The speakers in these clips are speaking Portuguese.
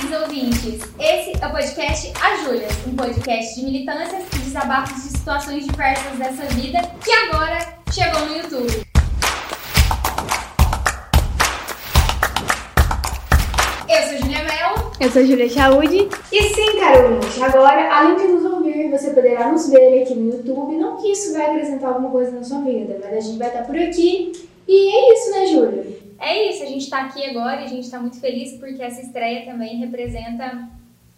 queridos ouvintes! Esse é o podcast A Júlias, um podcast de militâncias e desabafos de situações diversas dessa vida que agora chegou no YouTube. Eu sou Júlia Mel. Eu sou Júlia Chaude. E sim, Carolina, agora, além de nos ouvir, você poderá nos ver aqui no YouTube. Não que isso vai acrescentar alguma coisa na sua vida, mas a gente vai estar por aqui. E é isso, né, Júlia? É isso, a gente tá aqui agora e a gente tá muito feliz porque essa estreia também representa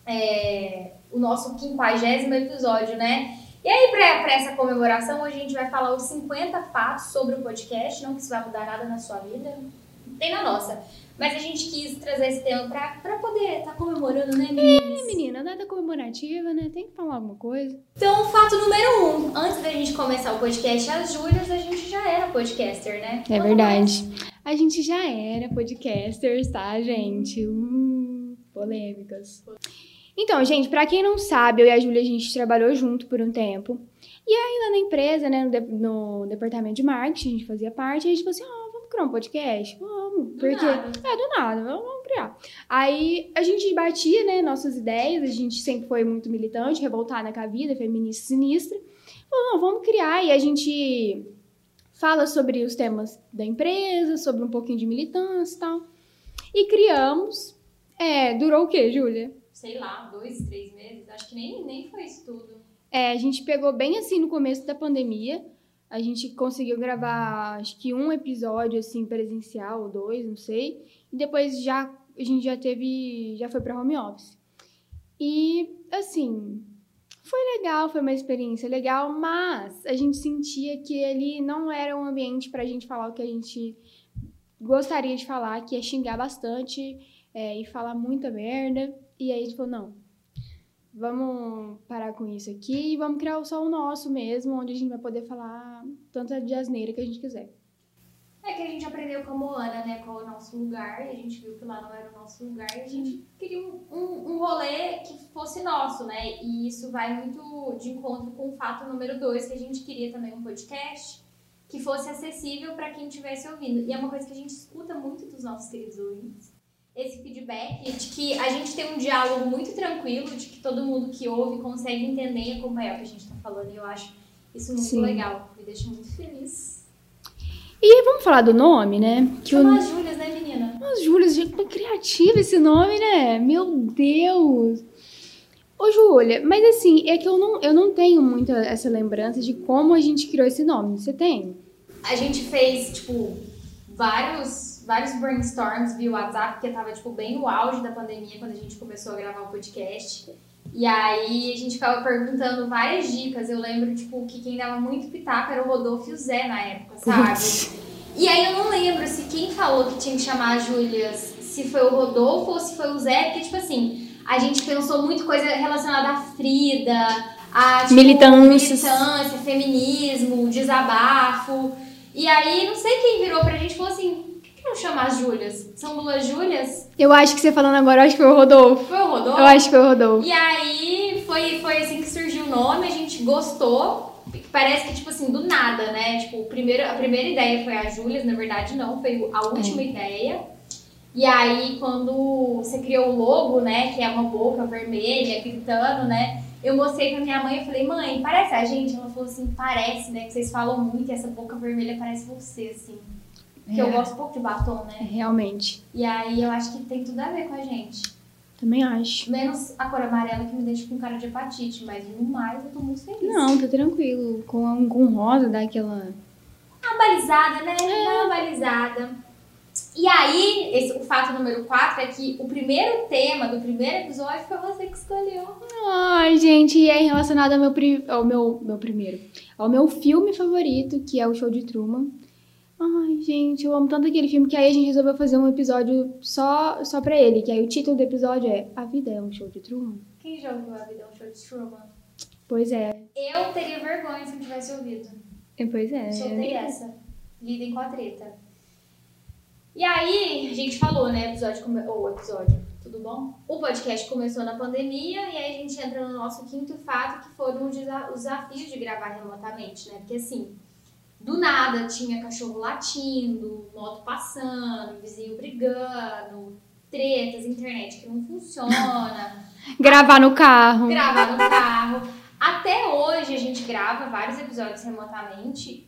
o nosso 50º episódio, né? E aí, pra essa comemoração, hoje a gente vai falar os 50 fatos sobre o podcast. Não que isso vai mudar nada na sua vida, nem na nossa. Mas a gente quis trazer esse tema pra poder estar comemorando, né, meninas? Menina, data comemorativa, né? Tem que falar alguma coisa. Então, fato número 1. Antes da gente começar o podcast As Júlias, a gente já era podcaster, né? É verdade. A gente já era podcasters, tá, gente? Polêmicas. Então, gente, pra quem não sabe, eu e a Júlia, a gente trabalhou junto por um tempo. E aí, lá na empresa, né, no departamento de marketing, a gente fazia parte, e a gente falou assim, vamos criar um podcast? Vamos. Do nada, vamos criar. Aí, a gente batia, né, nossas ideias, a gente sempre foi muito militante, revoltada com a vida, feminista sinistra. Falou, não, vamos criar, e a gente fala sobre os temas da empresa, sobre um pouquinho de militância e tal. E criamos. Durou o quê, Júlia? Sei lá, 2, 3 meses. Acho que nem foi isso tudo. A gente pegou bem assim no começo da pandemia. A gente conseguiu gravar, acho que um episódio assim presencial, ou 2, não sei. E depois a gente já foi pra home office. E, assim, foi legal, foi uma experiência legal, mas a gente sentia que ele não era um ambiente pra gente falar o que a gente gostaria de falar, que é xingar bastante e falar muita merda. E aí a gente falou, não, vamos parar com isso aqui e vamos criar só o nosso mesmo, onde a gente vai poder falar tanta de asneira que a gente quiser. É que a gente aprendeu com a Moana, né, qual é o nosso lugar, e a gente viu que lá não era o nosso lugar, e a gente queria um rolê que fosse nosso, né, e isso vai muito de encontro com o fato número 2, que a gente queria também um podcast que fosse acessível para quem estivesse ouvindo, e é uma coisa que a gente escuta muito dos nossos queridos ouvintes, esse feedback de que a gente tem um diálogo muito tranquilo, de que todo mundo que ouve consegue entender e acompanhar o que a gente tá falando, e eu acho isso muito legal, me deixa muito feliz. E vamos falar do nome, né? Chama as Júlias, né, menina? As Júlias, gente, que criativo esse nome, né? Meu Deus! Ô, Júlia, mas assim, é que eu não tenho muita essa lembrança de como a gente criou esse nome. Você tem? A gente fez, tipo, vários brainstorms via WhatsApp, porque tava, tipo, bem no auge da pandemia, quando a gente começou a gravar o podcast. E aí a gente ficava perguntando várias dicas. Eu lembro, tipo, que quem dava muito pitaco era o Rodolfo e o Zé na época, sabe? E aí eu não lembro se quem falou que tinha que chamar a Júlias, se foi o Rodolfo ou se foi o Zé, porque, tipo assim, a gente pensou muito coisa relacionada à Frida, a tipo, militância, feminismo, desabafo. E aí, não sei quem virou pra gente e falou assim, por que não chamar as Júlias? São duas Júlias? Eu acho que você falando agora, eu acho que foi o Rodolfo. Foi o Rodolfo? Eu acho que foi o Rodolfo. E aí, foi assim que surgiu o nome, a gente gostou. Parece que, tipo assim, do nada, né? Tipo, a primeira ideia foi a Júlias, na verdade não, foi a última ideia. E aí, quando você criou o logo, né, que é uma boca vermelha, gritando, né? Eu mostrei pra minha mãe e falei, mãe, parece a gente? Ela falou assim, parece, né? Que vocês falam muito e essa boca vermelha parece você, assim. Porque eu gosto um pouco de batom, né? Realmente. E aí eu acho que tem tudo a ver com a gente. Também acho. Menos a cor amarela que me deixa com cara de hepatite, mas no mais eu tô muito feliz. Não, tá tranquilo. Com rosa dá aquela... Uma balizada, né? Uma balizada. E aí, o fato número 4 é que o primeiro tema do primeiro episódio foi você que escolheu. Ai, gente, é relacionado ao meu filme favorito, que é o Show de Truman. Ai, gente, eu amo tanto aquele filme que aí a gente resolveu fazer um episódio só pra ele, que aí o título do episódio é A Vida é um Show de Truman. Quem já ouviu A Vida é um Show de Truman? Pois é. Eu teria vergonha se não tivesse ouvido. Pois é. Soltei essa. Lidem com a treta. E aí, a gente falou, né, episódio, tudo bom? O podcast começou na pandemia e aí a gente entra no nosso quinto fato, que foram os desafios de gravar remotamente, né? Porque assim, do nada tinha cachorro latindo, moto passando, vizinho brigando, tretas, internet que não funciona. Gravar no carro. Gravar no carro. Até hoje a gente grava vários episódios remotamente,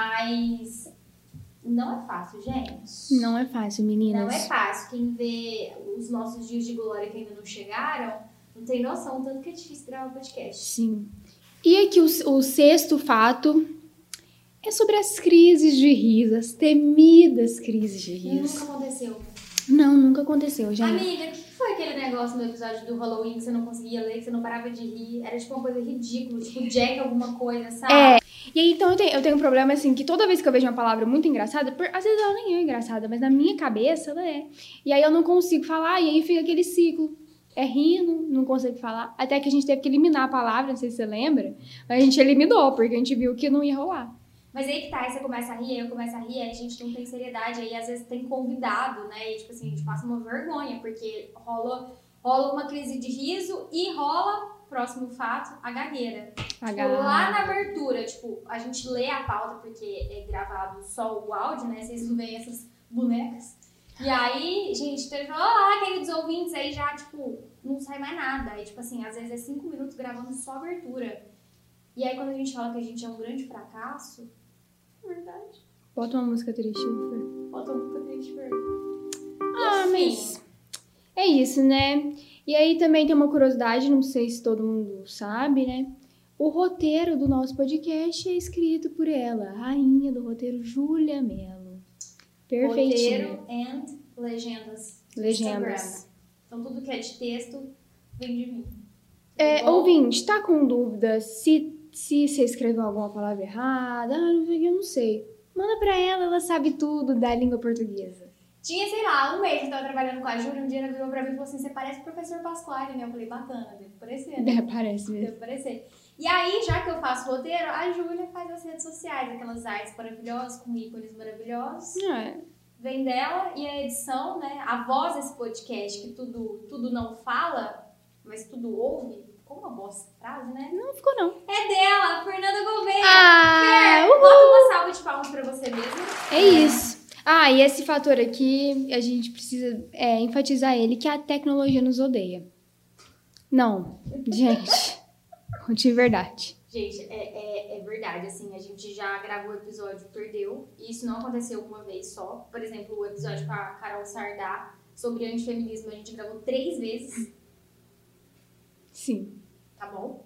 mas não é fácil, gente. Não é fácil, meninas. Não é fácil. Quem vê os nossos dias de glória que ainda não chegaram, não tem noção tanto que é difícil gravar podcast. Sim. E aqui o sexto fato é sobre as crises de riso, as temidas crises de riso. Nunca aconteceu. Não, nunca aconteceu, gente. Amiga, o que foi aquele negócio no episódio do Halloween que você não conseguia ler, que você não parava de rir? Era tipo uma coisa ridícula, tipo Jack alguma coisa, sabe? É. E aí, então, eu tenho um problema, assim, que toda vez que eu vejo uma palavra muito engraçada, às vezes ela nem é engraçada, mas na minha cabeça ela é. E aí eu não consigo falar, e aí fica aquele ciclo. É rindo, não consigo falar. Até que a gente teve que eliminar a palavra, não sei se você lembra. Mas a gente eliminou, porque a gente viu que não ia rolar. Mas aí que tá, aí você começa a rir, aí eu começo a rir, aí a gente não tem seriedade, aí às vezes tem convidado, né? E tipo assim, a gente passa uma vergonha, porque rola uma crise de riso e rola, próximo fato, a gagueira. Tipo, lá na abertura, tipo, a gente lê a pauta, porque é gravado só o áudio, né? Vocês não veem essas bonecas. E aí, gente, ele falou, olá, queridos ouvintes, aí já, tipo, não sai mais nada. Aí, tipo assim, às vezes é 5 minutos gravando só a abertura. E aí, quando a gente fala que a gente é um grande fracasso, é verdade. Bota uma música triste, Fer. Bota uma música triste, Fer. Ah, mas é isso, né? E aí também tem uma curiosidade, não sei se todo mundo sabe, né? O roteiro do nosso podcast é escrito por ela, a rainha do roteiro, Júlia Mello. Perfeitinho. Roteiro and legendas. Legendas. Instagram. Então, tudo que é de texto vem de mim. Ouvinte, tá com dúvida se você escreveu alguma palavra errada? Eu não sei. Manda pra ela, ela sabe tudo da língua portuguesa. Tinha, sei lá, um mês que eu tava trabalhando com a Júlia, um dia ela virou pra mim e falou assim, você parece o professor Pasquale, né? Eu falei, bacana, deve parecer, né? Parece mesmo. Deve parecer. E aí, já que eu faço roteiro, a Júlia faz as redes sociais, aquelas artes maravilhosas, com ícones maravilhosos. Vem dela, e a edição, né? A voz desse podcast, que tudo não fala, mas tudo ouve. Ficou uma bosta frase, né? Não ficou, não. É dela, Fernanda Gouveia. Uhul! Bota uma salva de palmas pra você mesmo. É isso. E esse fator aqui, a gente precisa enfatizar ele, que a tecnologia nos odeia. Não, gente, de verdade. Gente, é verdade, assim, a gente já gravou o episódio, perdeu, e isso não aconteceu uma vez só. Por exemplo, o episódio com a Carol Sardá sobre antifeminismo, a gente gravou 3 vezes. Sim. Tá bom?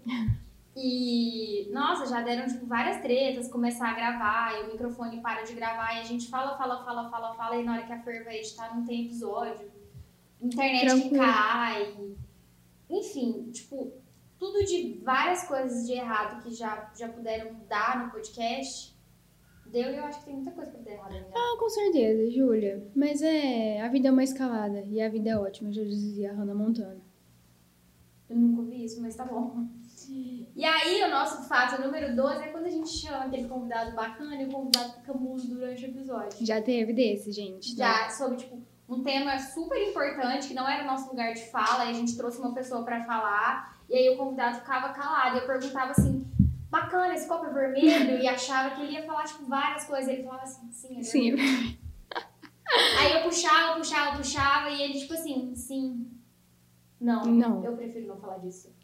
E, nossa, já deram, tipo, várias tretas, começar a gravar, e o microfone para de gravar, e a gente fala, e na hora que a Fer vai editar não tem episódio. Internet Tranquilo. que cai. Enfim, tipo, tudo de várias coisas de errado que já puderam dar no podcast. Deu, e eu acho que tem muita coisa pra dar errado ainda. Com certeza, Júlia. Mas a vida é uma escalada, e a vida é ótima, já dizia a Hannah Montana. Eu nunca ouvi isso, mas tá bom. E aí, o nosso fato número 12 é quando a gente chama aquele convidado bacana e o convidado fica mudo durante o episódio. Já teve desse, gente. Já, sobre, tipo, um tema super importante, que não era o nosso lugar de fala, e a gente trouxe uma pessoa pra falar, e aí o convidado ficava calado, e eu perguntava assim, bacana, esse copo é vermelho, e achava que ele ia falar, tipo, várias coisas, ele falava assim, sim, é Sim. vermelho. Aí eu puxava, e ele, tipo assim, sim... Não, eu prefiro não falar disso.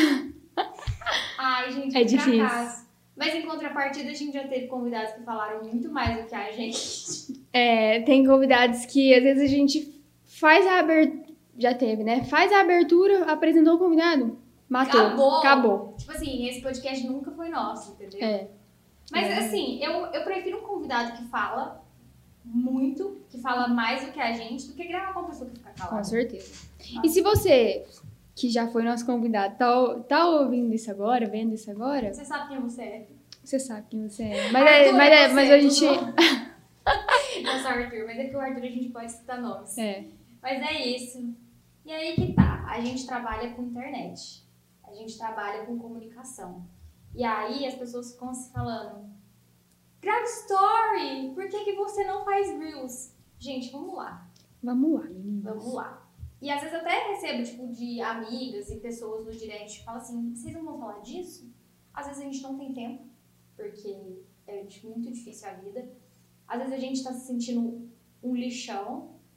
Ai, gente, É que difícil. fracasso. Mas em contrapartida, a gente já teve convidados que falaram muito mais do que a gente. Tem convidados que às vezes a gente faz a abertura. Já teve, né? Faz a abertura, apresentou o convidado, matou. Acabou. Tipo assim, esse podcast nunca foi nosso, entendeu? Mas assim, eu prefiro um convidado que fala muito, que fala mais do que a gente, do que gravar com uma pessoa que fica calada. Com certeza. Nossa. E se você, que já foi nosso convidado, tá ouvindo isso agora, vendo isso agora, Você sabe quem você é. você sabe quem você é. Arthur, Mas a gente... Não só Arthur, mas é que o Arthur a gente pode citar nomes. É. Mas é isso. E aí que tá, a gente trabalha com internet, a gente trabalha com comunicação. E aí as pessoas ficam se falando, grave story, por que você não faz reels? Gente, vamos lá. Vamos lá, meninas. Vamos lá. E às vezes eu até recebo, tipo, de amigas e pessoas no direct que falam assim, vocês não vão falar disso? Às vezes a gente não tem tempo, porque é muito difícil a vida. Às vezes a gente tá se sentindo um lixão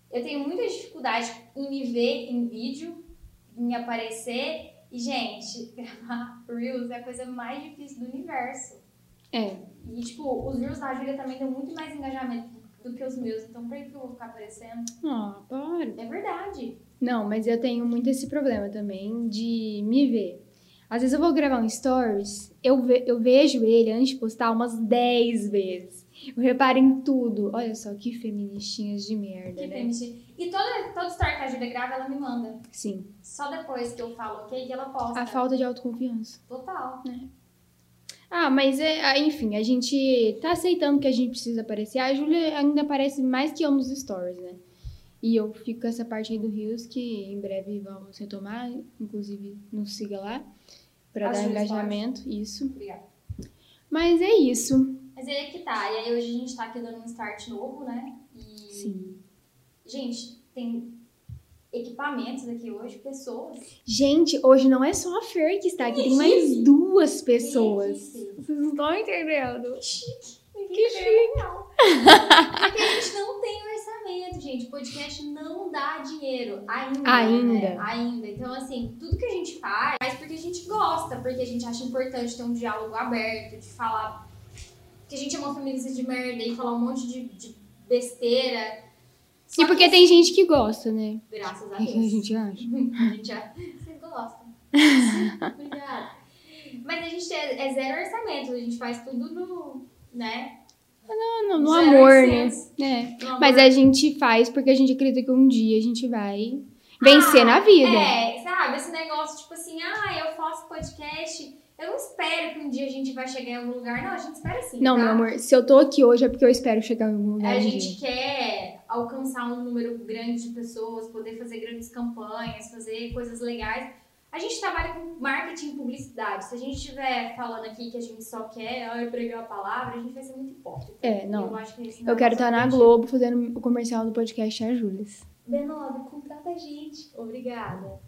Eu tenho muita dificuldade em me ver em vídeo, em aparecer. E, gente, gravar Reels é a coisa mais difícil do universo. É. E, tipo, os Reels da Júlia também dão muito mais engajamento do que os meus. Então, pra que eu vou ficar aparecendo? Para. É verdade. Não, mas eu tenho muito esse problema também de me ver. Às vezes eu vou gravar um stories, eu vejo ele antes de postar umas 10 vezes. Eu reparo em tudo. Olha só que feministinhas de merda, Que né? permitir. E todo story que a Júlia grava, ela me manda. Sim. Só depois que eu falo ok, que ela posta. A falta de autoconfiança. Total. Mas enfim, a gente tá aceitando que a gente precisa aparecer. A Júlia ainda aparece mais que eu nos stories, né? E eu fico com essa parte aí do Rios, que em breve vamos retomar. Inclusive, nos siga lá pra As dar Júlias engajamento. Isso. Obrigada. Mas é isso. Mas aí é que tá. E aí hoje a gente tá aqui dando um start novo, né? E, Sim. gente, tem equipamentos aqui hoje, pessoas. Gente, hoje não é só a Fer que está aqui, tem mais 2 pessoas. Sim. Vocês não estão entendendo? Que chique. Porque a gente não tem orçamento, gente. O podcast não dá dinheiro. Né? Ainda. Então, assim, tudo que a gente faz porque a gente gosta, porque a gente acha importante ter um diálogo aberto, de falar que a gente é uma feminista de merda e falar um monte de besteira. Só E porque que, tem gente que gosta, né? graças a O que a Deus. gente acha? A gente já... Vocês gostam. Obrigada. Mas a gente é zero orçamento. A gente faz tudo no... né? No Zero amor, né? senso. No amor. Mas a gente faz porque a gente acredita que um dia a gente vai vencer na vida. Sabe? Esse negócio, tipo assim, eu faço podcast. Eu não espero que um dia a gente vai chegar em algum lugar. Não, a gente espera sim. Não, tá? meu amor, se eu tô aqui hoje é porque eu espero chegar em algum lugar A um gente dia. quer alcançar um número grande de pessoas, poder fazer grandes campanhas, fazer coisas legais. A gente trabalha com marketing e publicidade. Se a gente estiver falando aqui que a gente só quer pregar a palavra, a gente vai ser muito hipócrita. Não. Eu acho que esse Eu quero estar na Globo fazendo o comercial do podcast A Júlias. B9, contrata a gente. Obrigada.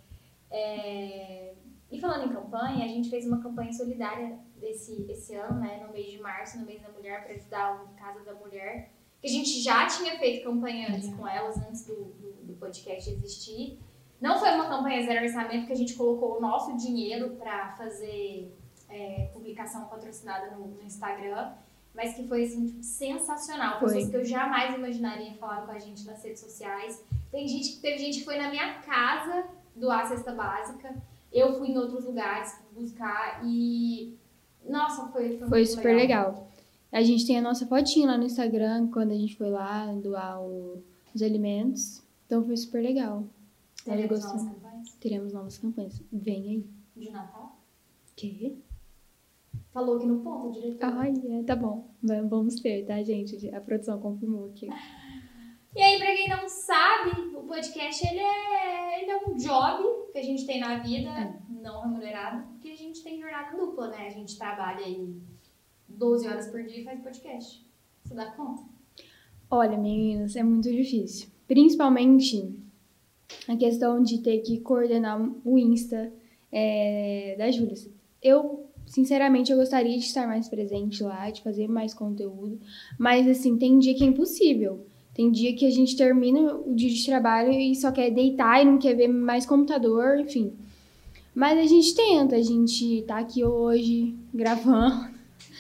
E falando em campanha, a gente fez uma campanha solidária esse ano, né? No mês de março, no mês da mulher, para ajudar o Casa da Mulher. Que a gente já tinha feito campanha antes com elas, antes do podcast existir. Não foi uma campanha zero orçamento, que a gente colocou o nosso dinheiro para fazer publicação patrocinada no Instagram, mas que foi assim, tipo, sensacional. Pessoas que eu jamais imaginaria falar com a gente nas redes sociais. Teve gente que foi na minha casa doar a cesta básica. Eu fui em outros lugares buscar e... Nossa, foi super legal. A gente tem a nossa fotinha lá no Instagram, quando a gente foi lá doar os alimentos. Então foi super legal. Teremos novas campanhas? Teremos novas campanhas. Vem aí. De Natal? Quê? Falou aqui no ponto, diretor. Tá bom. Vamos ter, tá, gente? A produção confirmou aqui. E aí, pra quem não sabe, o podcast, ele é um job que a gente tem na vida, não remunerado, porque a gente tem jornada dupla, né? A gente trabalha aí 12 horas por dia e faz podcast. Você dá conta? Olha, meninas, é muito difícil. Principalmente a questão de ter que coordenar o Insta da Júlia. Sinceramente, eu gostaria de estar mais presente lá, de fazer mais conteúdo. Mas, assim, tem dia que é impossível. Tem dia que a gente termina o dia de trabalho e só quer deitar e não quer ver mais computador, enfim. Mas a gente tenta, a gente tá aqui hoje gravando.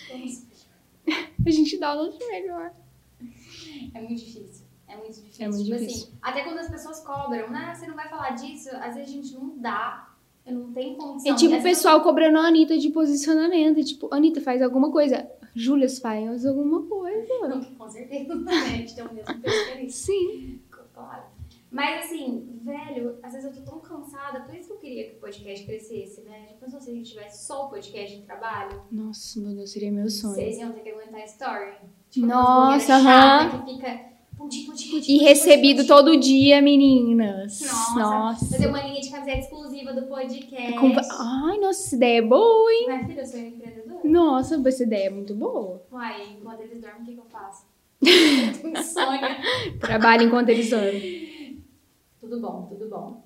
A gente dá o nosso melhor. É muito difícil. É muito difícil. É muito tipo difícil. assim, até quando as pessoas cobram, você não vai falar disso, às vezes a gente não dá. Eu não tenho condição. É tipo o pessoal cobrando a Anitta de posicionamento. Tipo, Anitta, faz alguma coisa. Júlia, faz alguma coisa. Não, com certeza, né? A gente tem o mesmo peso que isso. Sim. Claro. Mas assim, velho, às vezes eu tô tão cansada, por isso que eu queria que o podcast crescesse, né? Já pensou se a gente tivesse só o podcast de trabalho? Nossa, meu Deus, seria meu sonho. Vocês iam ter que aguentar a story. Tipo, nossa, chata que fica... E recebido todo dia, meninas. Nossa. Fazer uma linha de camiseta exclusiva do podcast. Ai, nossa, essa ideia é boa, hein? Mas, filha, eu sou empreendedora. Nossa, essa ideia é muito boa. Uai, enquanto eles dormem, o que eu faço? Eu tenho insônia. Trabalho enquanto eles dormem. Tudo bom.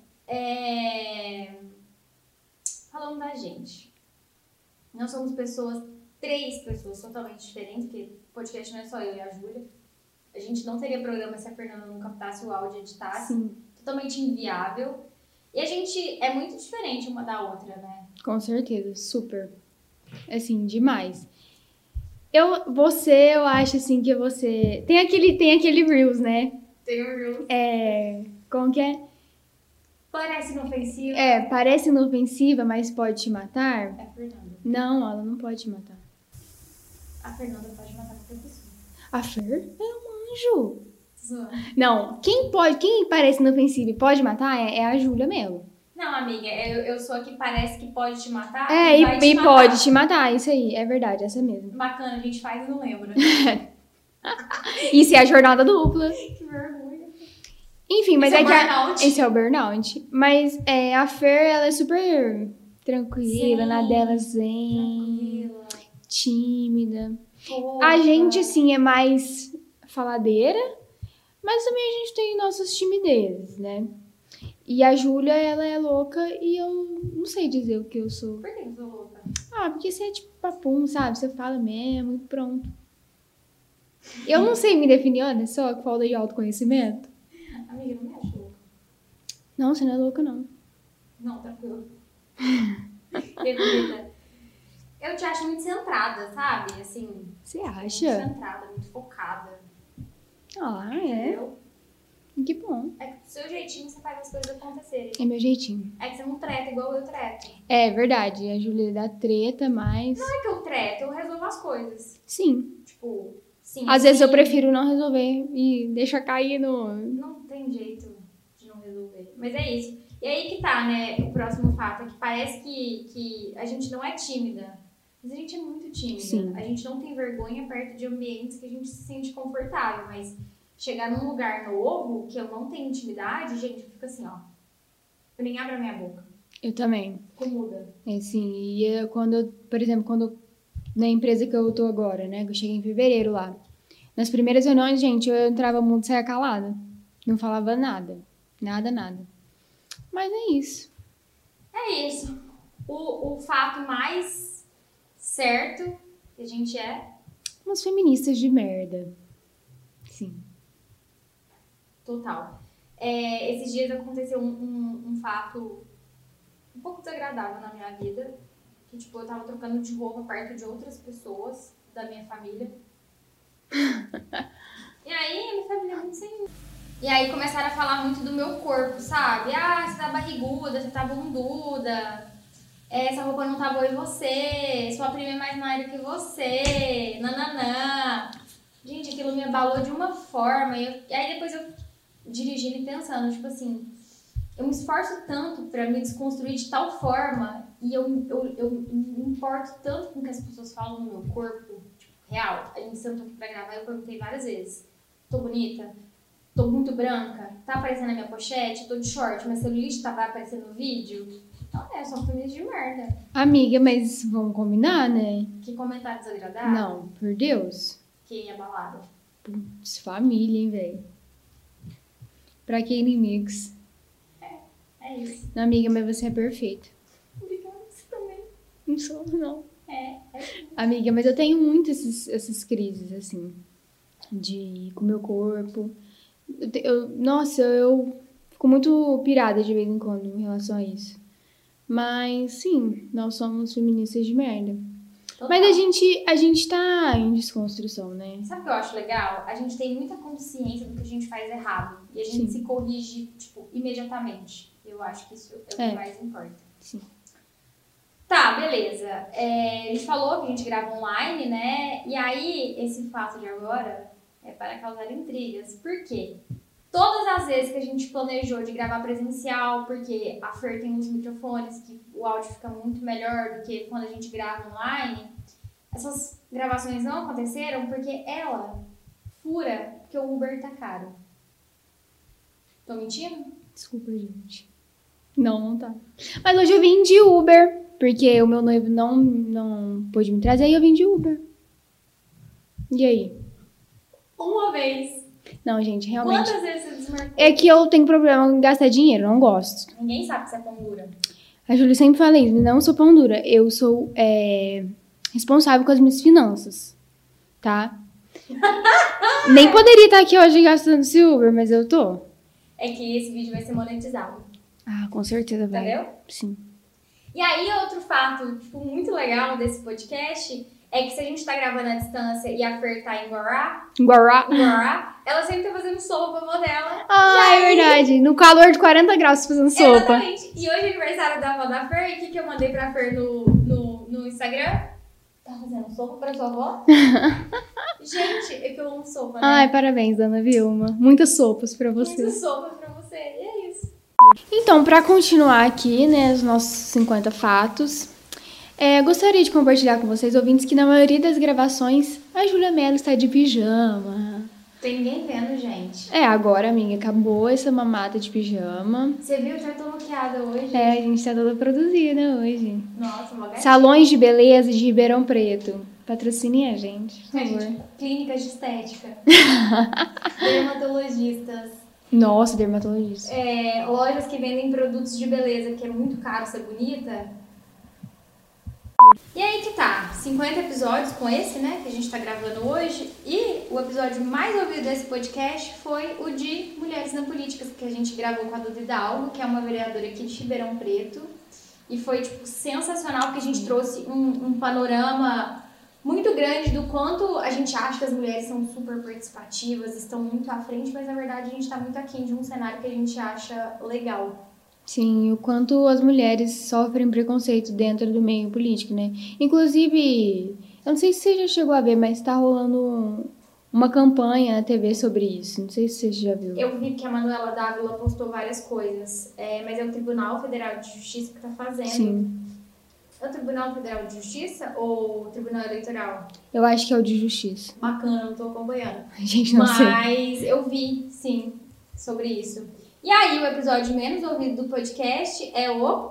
Falando da gente. Nós somos 3 pessoas totalmente diferentes, porque o podcast não é só eu e a Júlia. A gente não teria programa se a Fernanda não captasse o áudio e editasse. Sim, Totalmente inviável. E a gente é muito diferente uma da outra, né? com certeza, super. Assim, demais. Eu acho assim que você... Tem aquele Reels, né? Tem o Reels. Como que é? Parece inofensivo. Parece inofensiva, mas pode te matar? É a Fernanda. Não, ela não pode te matar. A Fernanda pode matar qualquer pessoa. A Fer é um anjo. Zoando. Não, quem parece inofensiva e pode matar é a Júlia Mello. Não, amiga, eu sou a que parece que pode te matar. E vai te matar. pode te matar, isso aí, é verdade, essa mesmo. Bacana, a gente faz e não lembra. Isso é a jornada dupla. Que vergonha. Enfim, mas Esse é o que burnout. esse é o burnout. Mas a Fer, ela é super tranquila, Sim, na dela zen, Tranquila. tímida. Fofa. A gente, assim, é mais faladeira, mas também a gente tem nossas timidezes, né? E a Júlia, ela é louca e eu não sei dizer o que eu sou. Por que eu sou louca? Porque você é tipo papum, sabe? Você fala mesmo e pronto. Eu não sei me definir, olha só, que falta de autoconhecimento. Amiga, não me acho louca. Não, você não é louca, não. Não, tranquilo. Bebida. Eu te acho muito centrada, sabe? Assim, Você muito acha? centrada, muito focada. É? Entendeu? Que bom. É que do seu jeitinho você faz as coisas acontecerem. É meu jeitinho. É que você não treta igual eu treto. É verdade, a Júlia dá treta, mas... Não é que eu treto, eu resolvo as coisas. Sim. Tipo, sim. Às vezes eu sim. prefiro não resolver e deixar cair no... Não tem jeito de não resolver. Mas é isso. E aí que tá, né? O próximo fato é que parece que a gente não é tímida. Mas a gente é muito tímida. Sim. A gente não tem vergonha perto de ambientes que a gente se sente confortável. Mas chegar num lugar novo, que eu não tenho intimidade, gente, eu fico assim, ó. Eu nem abro a minha boca. Eu também. Ficou muda. É assim, e por exemplo, na empresa que eu tô agora, né? Que eu cheguei em fevereiro lá. Nas primeiras reuniões, gente, eu entrava muito e saia calada. Não falava nada. Nada. Mas é isso. É isso. O fato mais certo que a gente é... Umas feministas de merda. Sim. Total. Esses dias aconteceu um fato um pouco desagradável na minha vida. Que, tipo, eu tava trocando de roupa perto de outras pessoas da minha família. E aí, a minha família é muito sem... E aí começaram a falar muito do meu corpo, sabe? Você tá barriguda, você tá bunduda. Essa roupa não tá boa em você. Sua prima é mais magra que você. Nananã. Gente, aquilo me abalou de uma forma. E aí depois eu dirigindo e pensando, tipo assim, eu me esforço tanto pra me desconstruir de tal forma e eu me importo tanto com o que as pessoas falam no meu corpo, tipo, real. A gente sentou aqui pra gravar e eu perguntei várias vezes, tô bonita? Tô muito branca? Tá aparecendo na minha pochete? Tô de short, mas celulite vai aparecendo no vídeo? Então são filmes de merda. Amiga, mas vamos combinar, né? Que comentário desagradável. Não, por Deus. Que abalado. Putz, família, hein, velho? Pra que inimigos? É isso. Não, amiga, mas você é perfeita. Obrigada, você também. Não sou, não. É. Amiga, mas eu tenho muito essas crises, assim, com o meu corpo. Eu fico muito pirada de vez em quando em relação a isso. Mas, sim, nós somos feministas de merda. Total. Mas a gente tá em desconstrução, né? Sabe o que eu acho legal? A gente tem muita consciência do que a gente faz errado. E a gente Sim. se corrige, tipo, imediatamente. Eu acho que isso é o que mais importa. Sim. Tá, beleza. A gente falou que a gente grava online, né? E aí, esse fato de agora é para causar intrigas. Por quê? Todas as vezes que a gente planejou de gravar presencial, porque a Fer tem uns microfones que o áudio fica muito melhor do que quando a gente grava online, essas gravações não aconteceram porque ela fura porque o Uber tá caro. Tô mentindo? Desculpa, gente. Não tá. Mas hoje eu vim de Uber, porque o meu noivo não pôde me trazer e eu vim de Uber. E aí? Uma vez. Não, gente, realmente. Quantas vezes você desmarcou? É que eu tenho problema em gastar dinheiro, não gosto. Ninguém sabe que você é pão dura. A Júlia sempre fala isso, não sou pão dura. Eu sou responsável com as minhas finanças, tá? Nem poderia estar aqui hoje gastando esse Uber, mas eu tô. É que esse vídeo vai ser monetizado. Ah, com certeza vai. Entendeu? Sim. E aí, outro fato, tipo, muito legal desse podcast é que se a gente tá gravando à distância e a Fer tá em Guará, ela sempre tá fazendo sopa pra avó dela. Ah, é verdade. No calor de 40 graus fazendo sopa. Exatamente. E hoje é aniversário da avó da Fer, e o que eu mandei pra Fer no Instagram? Tá fazendo sopa pra sua avó? Gente, é que eu amo sopa, né? Ai, parabéns, Dona Vilma. Muitas sopas pra você. Muita sopa pra você. E é isso. Então, pra continuar aqui, né, os nossos 50 fatos, gostaria de compartilhar com vocês, ouvintes, que na maioria das gravações a Júlia Mello está de pijama. Tem ninguém vendo, gente. Agora, amiga, acabou essa mamata de pijama. Você viu? Já tô bloqueada hoje. A gente tá toda produzida hoje. Nossa, uma gatinha. Salões de beleza de Ribeirão Preto. Patrocinem a gente, por favor. Gente, clínicas de estética. Dermatologistas. Nossa, dermatologista. Lojas que vendem produtos de beleza, que é muito caro ser bonita. E aí que tá, 50 episódios com esse, né, que a gente tá gravando hoje. E o episódio mais ouvido desse podcast foi o de Mulheres na Política, que a gente gravou com a Duda Hidalgo, que é uma vereadora aqui de Ribeirão Preto. E foi, tipo, sensacional, porque a gente trouxe um panorama muito grande do quanto a gente acha que as mulheres são super participativas, estão muito à frente, mas na verdade a gente tá muito aquém de um cenário que a gente acha legal. Sim, o quanto as mulheres sofrem preconceito dentro do meio político, né? Inclusive, eu não sei se você já chegou a ver, mas tá rolando uma campanha na TV sobre isso. Não sei se você já viu. Eu vi que a Manuela Dávila postou várias coisas, mas é o Tribunal Federal de Justiça que tá fazendo. Sim. É o Tribunal Federal de Justiça ou o Tribunal Eleitoral? Eu acho que é o de justiça. Bacana, não tô acompanhando. A gente não sei. Mas eu vi, sim, sobre isso. E aí, o episódio menos ouvido do podcast é o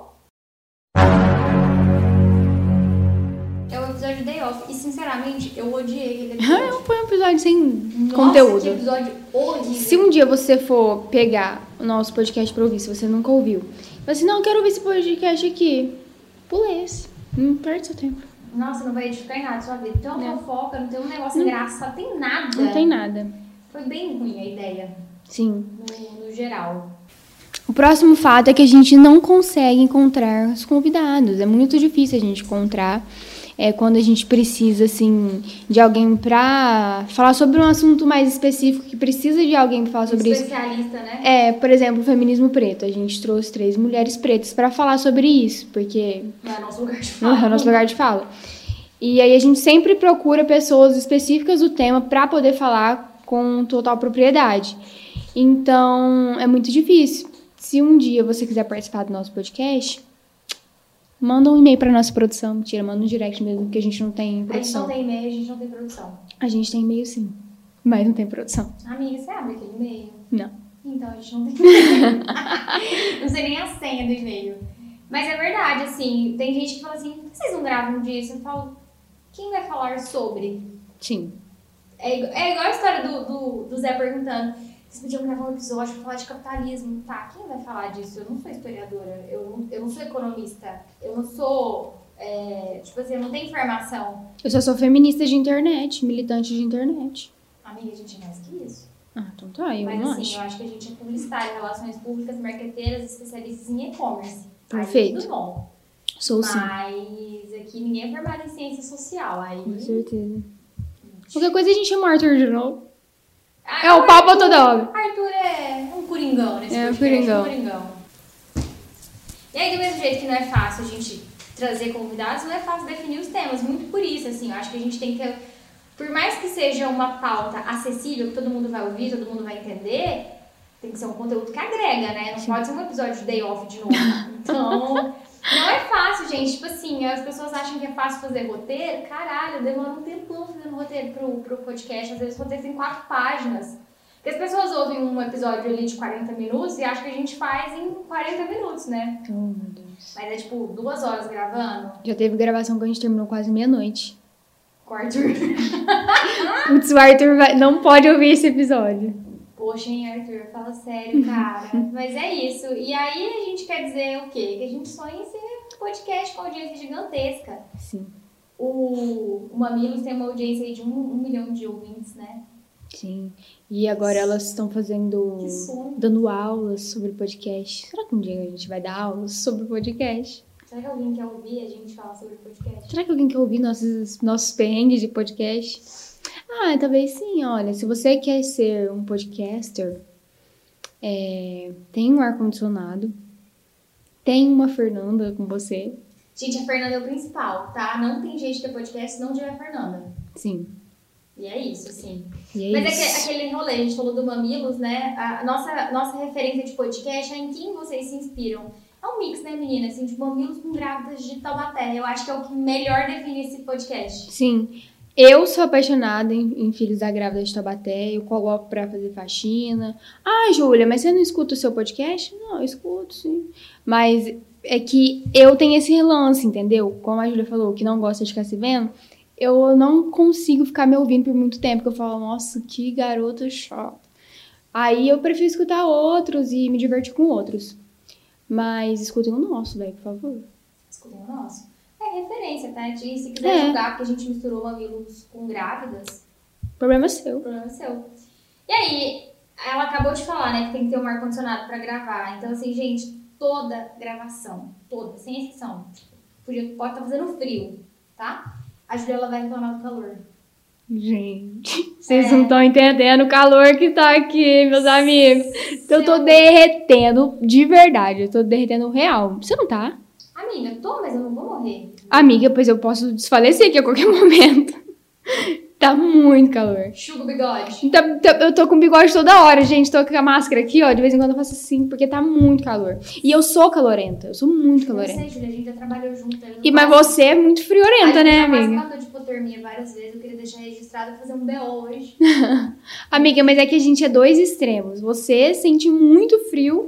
episódio Day Off. E, sinceramente, eu odiei aquele episódio. Foi um episódio sem Nossa, conteúdo. que episódio horrível. Se um dia você for pegar o nosso podcast pra ouvir, se você nunca ouviu, mas assim, não, eu quero ouvir esse podcast aqui, pula esse. Não perde seu tempo. Nossa, não vai edificar em nada sua vida. Tem uma fofoca, não tem um negócio engraçado, tem nada. Não tem nada. Foi bem ruim a ideia, Sim. no geral. O próximo fato é que a gente não consegue encontrar os convidados. É muito difícil a gente encontrar quando a gente precisa, assim, de alguém pra falar sobre um assunto mais específico, que precisa de alguém pra falar sobre isso. Especialista, né? Por exemplo, o feminismo preto. A gente trouxe 3 mulheres pretas pra falar sobre isso, porque Não é nosso lugar de fala. não é o nosso lugar de fala. E aí a gente sempre procura pessoas específicas do tema pra poder falar com total propriedade. Então, é muito difícil. Se um dia você quiser participar do nosso podcast, manda um e-mail pra nossa produção. Mentira, manda um direct mesmo, porque a gente não tem produção. A gente não tem e-mail, a gente não tem produção. A gente tem e-mail sim, mas não tem produção. Amiga, você abre aquele e-mail? Não. Então, a gente não tem e-mail. Não sei nem a senha do e-mail. Mas é verdade, assim, tem gente que fala assim, por que vocês não gravam disso? Eu falo, quem vai falar sobre? Sim. É igual a história do Zé perguntando, vocês podiam gravar um episódio pra falar de capitalismo. Tá, quem vai falar disso? Eu não sou historiadora, eu não sou economista, eu não sou, tipo assim, eu não tenho informação. Eu só sou feminista de internet, militante de internet. Amiga, a gente é mais que isso. Ah, então tá, eu Mas não assim, acho. eu acho que a gente é publicitária, relações públicas, marqueteiras, especialistas em e-commerce. Perfeito. Aí, tudo bom. Sou sim. Mas aqui ninguém é formado em ciência social. Aí... Com certeza. Qualquer coisa a gente chama o Arthur de novo. Ah, É o papo a toda hora. Arthur é um coringão nesse É um podcast, coringão. E aí, do mesmo jeito que não é fácil a gente trazer convidados, não é fácil definir os temas. Muito por isso, assim, eu acho que a gente tem que ter... Por mais que seja uma pauta acessível, que todo mundo vai ouvir, todo mundo vai entender, tem que ser um conteúdo que agrega, né? Não pode ser um episódio de Day Off de novo. Então... Não é fácil, gente. Tipo assim, as pessoas acham que é fácil fazer roteiro. Caralho, demora um tempão fazendo roteiro pro podcast. Às vezes o roteiro tem 4 páginas. Porque as pessoas ouvem um episódio ali de 40 minutos e acham que a gente faz em 40 minutos, né? Oh, meu Deus. Mas é tipo 2 horas gravando. Já teve gravação que a gente terminou quase meia-noite. Com o Arthur. Putz, o Arthur não pode ouvir esse episódio. Poxa, hein, Arthur? Fala sério, cara. Mas é isso. E aí a gente quer dizer o quê? Que a gente sonha em ser um podcast com audiência gigantesca. Sim. O Mamilos tem uma audiência aí de 1 milhão de ouvintes, né? Sim. E agora elas estão Que sonho. dando aulas sobre podcast. Será que um dia a gente vai dar aulas sobre podcast? Será que alguém quer ouvir a gente falar sobre podcast? Será que alguém quer ouvir nossos perrengues de podcast? Ah, talvez sim, olha. Se você quer ser um podcaster, tem um ar-condicionado, tem uma Fernanda com você. Gente, a Fernanda é o principal, tá? Não tem jeito de ter podcast se não tiver a Fernanda. Sim. E é isso, assim. E Mas isso. aquele rolê, a gente falou do Mamilos, né? A nossa referência de podcast é em quem vocês se inspiram. É um mix, né, menina? Assim, de Mamilos com grávidas de Taubaté. Eu acho que é o que melhor define esse podcast. Sim. Eu sou apaixonada em Filhos da Grávida de Taubaté. Eu coloco pra fazer faxina. Ah, Júlia, mas você não escuta o seu podcast? Não, eu escuto, sim. Mas é que eu tenho esse relance, entendeu? Como a Júlia falou, que não gosta de ficar se vendo. Eu não consigo ficar me ouvindo por muito tempo, porque eu falo, nossa, que garota chata. Aí eu prefiro escutar outros e me divertir com outros. Mas escutem o nosso, velho, por favor. Escutem o nosso. É referência, tá? Se quiser julgar porque a gente misturou Mamilos com grávidas, Problema seu. o problema é seu. E aí, ela acabou de falar, né, que tem que ter um ar-condicionado pra gravar. Então, assim, gente, toda gravação, toda, sem exceção, pode estar fazendo frio, tá? A Juliana vai reclamar do calor. Gente, vocês não estão entendendo o calor que tá aqui, meus amigos. Eu tô derretendo, de verdade, eu tô derretendo real. Você não tá? Amiga, tô, mas eu não vou morrer. Amiga, pois eu posso desfalecer aqui a qualquer momento. Tá muito calor. Chuga o bigode. Eu tô com bigode toda hora, gente. Tô com a máscara aqui, ó. De vez em quando eu faço assim, porque tá muito calor. E eu sou calorenta. Eu sou muito Eu calorenta. sei, Julia, a gente já trabalhou junto. Mas você é muito friorenta, né, amiga? A gente matou de hipotermia várias vezes. Eu queria deixar registrado e fazer um BO hoje. Amiga, mas é que a gente é dois extremos. Você sente muito frio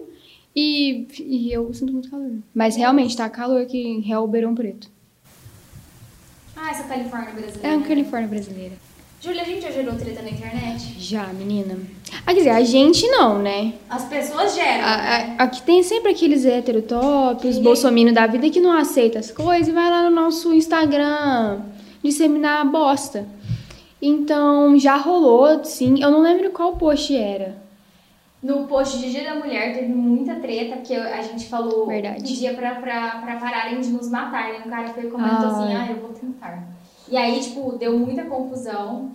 e eu sinto muito calor. Mas realmente tá calor aqui em Ribeirão Preto. Ah, essa Califórnia brasileira. É uma Califórnia brasileira. Júlia, a gente já gerou treta na internet? Já, menina. Ah, quer dizer, a gente não, né? As pessoas geram, né? Aqui tem sempre aqueles heterotop, os bolsominions da vida que não aceitam as coisas e vai lá no nosso Instagram disseminar a bosta. Então, já rolou, sim. Eu não lembro qual post era. No post de Dia da Mulher teve muita treta, porque a gente falou, Verdade. pedia pra pararem de nos matar, né? Um cara foi e comentou assim, eu vou tentar. E aí, tipo, deu muita confusão.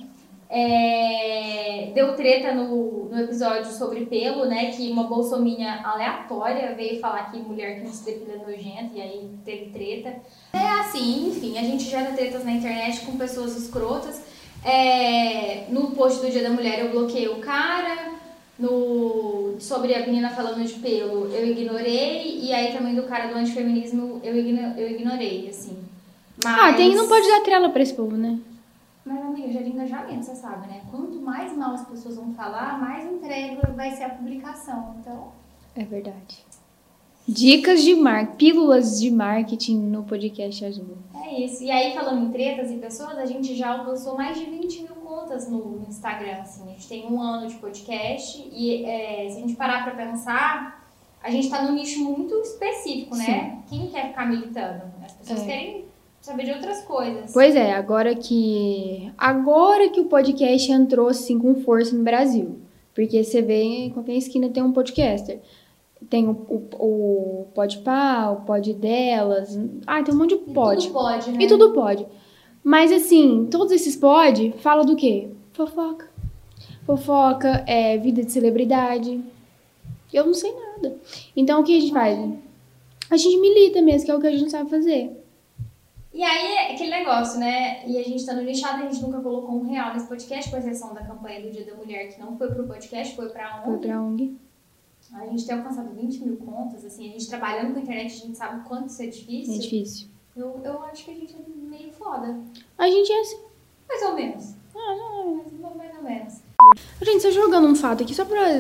Deu treta no episódio sobre pelo, né? Que uma bolsominha aleatória veio falar que mulher que não se depila é nojenta, e aí teve treta. É assim, enfim, a gente gera tretas na internet com pessoas escrotas. No post do Dia da Mulher eu bloqueei o cara. Sobre a menina falando de pelo, eu ignorei. E aí também do cara do antifeminismo eu ignorei, assim. Mas... não pode dar trela pra esse povo, né? Mas, amiga, gera engajamento, você sabe, né? Quanto mais mal as pessoas vão falar, mais entrega vai ser a publicação. Então... É verdade. Dicas de marketing, pílulas de marketing no podcast Azul. É isso. E aí, falando em tretas e pessoas, a gente já alcançou mais de 20 mil contas no Instagram, assim. A gente tem 1 ano de podcast e se a gente parar pra pensar, a gente tá num nicho muito específico, né? Quem quer ficar militando? As pessoas querem saber de outras coisas. Pois é, agora que o podcast entrou assim com força no Brasil. Porque você vê em qualquer esquina tem um podcaster. Tem o Podpah, o Pod Delas. Tem um monte de pod. E tudo pode, né? E tudo pode. Mas assim, todos esses pod falam do quê? Fofoca. Fofoca, vida de celebridade. Eu não sei nada. Então o que a gente faz? A gente milita mesmo, que é o que a gente sabe fazer. E aí, é aquele negócio, né? E a gente tá no nichado, a gente nunca colocou R$1 nesse podcast, com exceção da campanha do Dia da Mulher, que não foi pro podcast, foi pra ONG. Foi pra ONG. A gente tem alcançado 20 mil contas, assim, a gente trabalhando com a internet, a gente sabe o quanto isso é difícil. É difícil. Eu acho que a gente é meio foda. A gente é assim. Mais ou menos. Mais ou menos. Gente, só jogando um fato aqui, só pra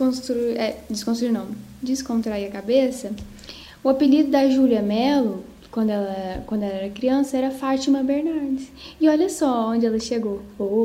descontrair a cabeça. O apelido da Júlia Mello, quando ela era criança, era Fátima Bernardes. E olha só onde ela chegou.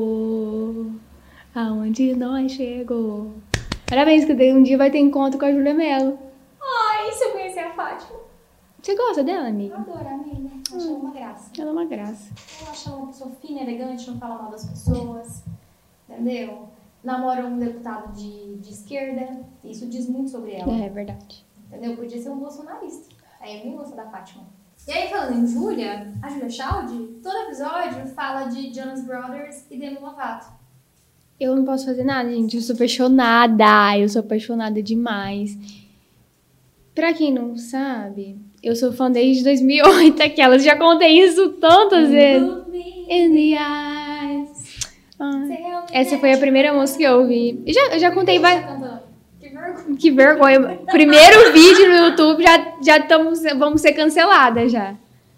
Aonde nós chegou. Parabéns, que um dia vai ter encontro com a Júlia Mello. Ai, se eu conhecer a Fátima. Você gosta dela, amiga? Eu adoro, amiga. Acho ela uma graça. Ela é uma graça. Eu acho ela uma pessoa fina, elegante, não fala mal das pessoas. Entendeu? namora um deputado de esquerda. Isso diz muito sobre ela. É verdade. Entendeu? Podia ser um bolsonarista. Aí eu nem gosto da Fátima. E aí, falando em Júlia, a Júlia Chaldi, todo episódio fala de Jonas Brothers e Demi Lovato. Eu não posso fazer nada, gente. Eu sou apaixonada. Eu sou apaixonada demais. Pra quem não sabe, eu sou fã desde 2008. Aquelas, já contei isso tantas vezes. In the eyes. Essa foi a primeira música que eu ouvi. Eu já contei várias. Que vergonha. Primeiro vídeo no YouTube, vamos ser canceladas já.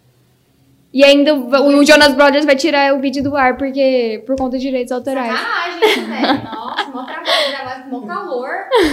E ainda o Jonas Brothers vai tirar o vídeo do ar por conta de direitos autorais. Sacanagem, velho. Nossa, mó trabalho, gravar com mó calor.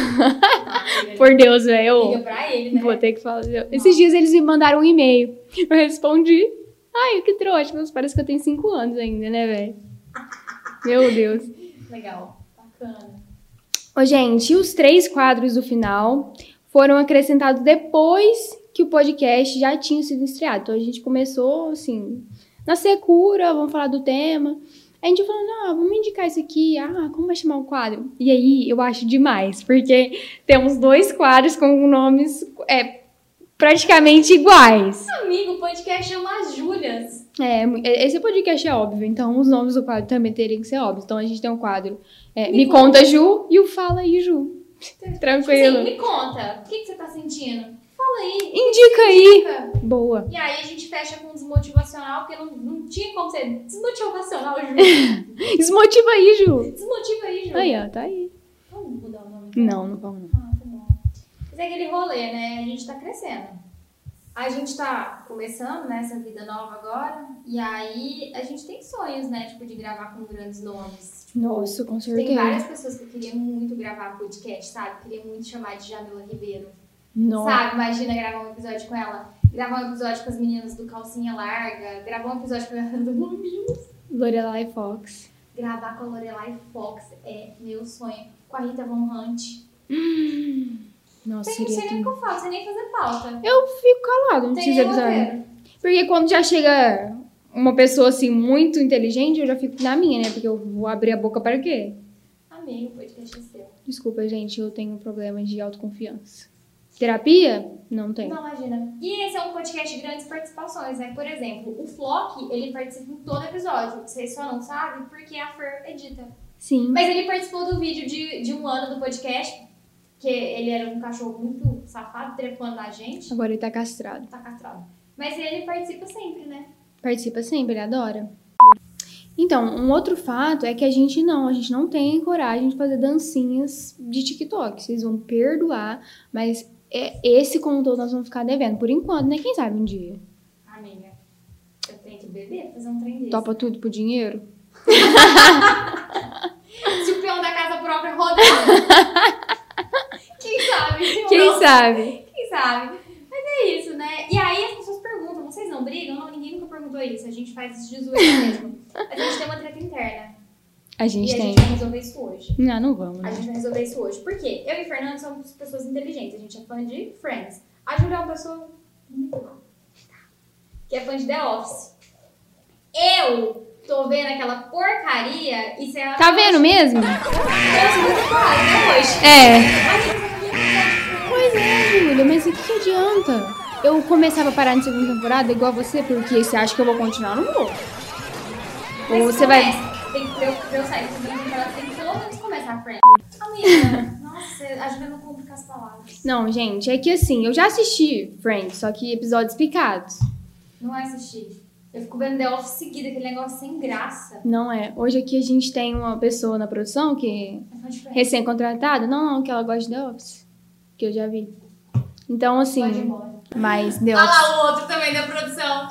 Por Deus, velho. Liga pra ele, né? Vou ter que falar. Esses dias eles me mandaram um e-mail. Eu respondi. Ai, que trouxa. Mas parece que eu tenho 5 anos ainda, né, velho? Meu Deus. Legal. Bacana. Ô, gente, e os 3 quadros do final foram acrescentados depois que o podcast já tinha sido estreado. Então, a gente começou, assim, na secura, vamos falar do tema. A gente falou, não, vamos indicar isso aqui. Como vai chamar o quadro? E aí, eu acho demais, porque temos 2 quadros com nomes praticamente iguais. Amigo, o podcast chama As Júlias. Esse podcast é óbvio, então os nomes do quadro também teriam que ser óbvios. Então, a gente tem um quadro Me Conta, Ju, e o Fala aí, Ju. Tranquilo. Sim, me conta. O que você tá sentindo? Fala aí. Indica aí. Boa. E aí a gente fecha com desmotivacional, porque não tinha como ser desmotivacional, Ju. Desmotiva aí, Ju. Desmotiva aí, Ju. Aí, ó, tá aí. Vamos mudar o nome? Não vamos. Tá bom. Mas é aquele rolê, né? A gente tá crescendo. A gente tá começando, né, essa vida nova agora. E aí a gente tem sonhos, né? Tipo, de gravar com grandes nomes. Tipo, Nossa, com certeza. tem várias pessoas que eu queria muito gravar podcast, sabe? Queria muito chamar de Jamila Ribeiro. Nossa. Sabe? Imagina gravar um episódio com ela. Gravar um episódio com as meninas do Calcinha Larga. Gravar um episódio com a galera do Mamilos. Lorelai Fox. Gravar com a Lorelai Fox é meu sonho. Com a Rita Von Hunt. Nossa, Não sei nem o que eu falo, sem nem fazer pauta. Eu fico calado nesses Tem episódios. roteiro. Porque quando já chega uma pessoa assim muito inteligente, eu já fico na minha, né? Porque eu vou abrir a boca para quê? Amigo, o podcast é seu. Desculpa, gente, eu tenho problemas de autoconfiança. Terapia? Não tenho. Não, imagina. E esse é um podcast de grandes participações, né? Por exemplo, o Flock, ele participa em todo episódio. Vocês só não sabem porque a Fer edita. Sim. Mas ele participou do vídeo de 1 ano do podcast, que ele era um cachorro muito safado, trepando na gente. Agora ele tá castrado. Tá castrado. Mas ele participa sempre, né? Participa sempre, ele adora. Então, um outro fato é que a gente não tem coragem de fazer dancinhas de TikTok. Vocês vão perdoar, mas esse conteúdo nós vamos ficar devendo. Por enquanto, né? Quem sabe um dia. Amiga, eu tenho que beber pra fazer um trem desse. Topa tudo por dinheiro? Se o peão da casa própria rodando. Quem sabe? Quem sabe? Quem sabe? Mas é isso, né? E aí as pessoas perguntam, vocês não brigam? Não, ninguém nunca perguntou isso. A gente faz isso de zoeira mesmo. A gente tem uma treta interna. A gente e tem. a gente vai resolver isso hoje. Não vamos. A gente vai resolver isso hoje. Por quê? Eu e Fernando somos pessoas inteligentes. A gente é fã de Friends. A Júlia é uma pessoa que é fã de The Office. Eu tô vendo aquela porcaria e você... Tá vendo mesmo? Eu sou muito claro, até hoje. Pois é, Júlia, mas o que adianta? Eu começava a parar na segunda temporada igual a você, porque você acha que eu vou continuar? Não vou. Ou você vai... Tem que eu sair da segunda temporada, tem que pelo menos começar a Friends. Amiga, nossa, a Júlia não complica as palavras. Não, gente, é que assim, eu já assisti Friends, só que episódios picados. Não é assistir. Eu fico vendo The Office seguida, aquele negócio sem graça. Não é. Hoje aqui a gente tem uma pessoa na produção que É recém-contratada. Não, que ela gosta de The Office. Que eu já vi. Então, assim... Pode ir embora. Mas The Olha Office... lá o outro também da produção.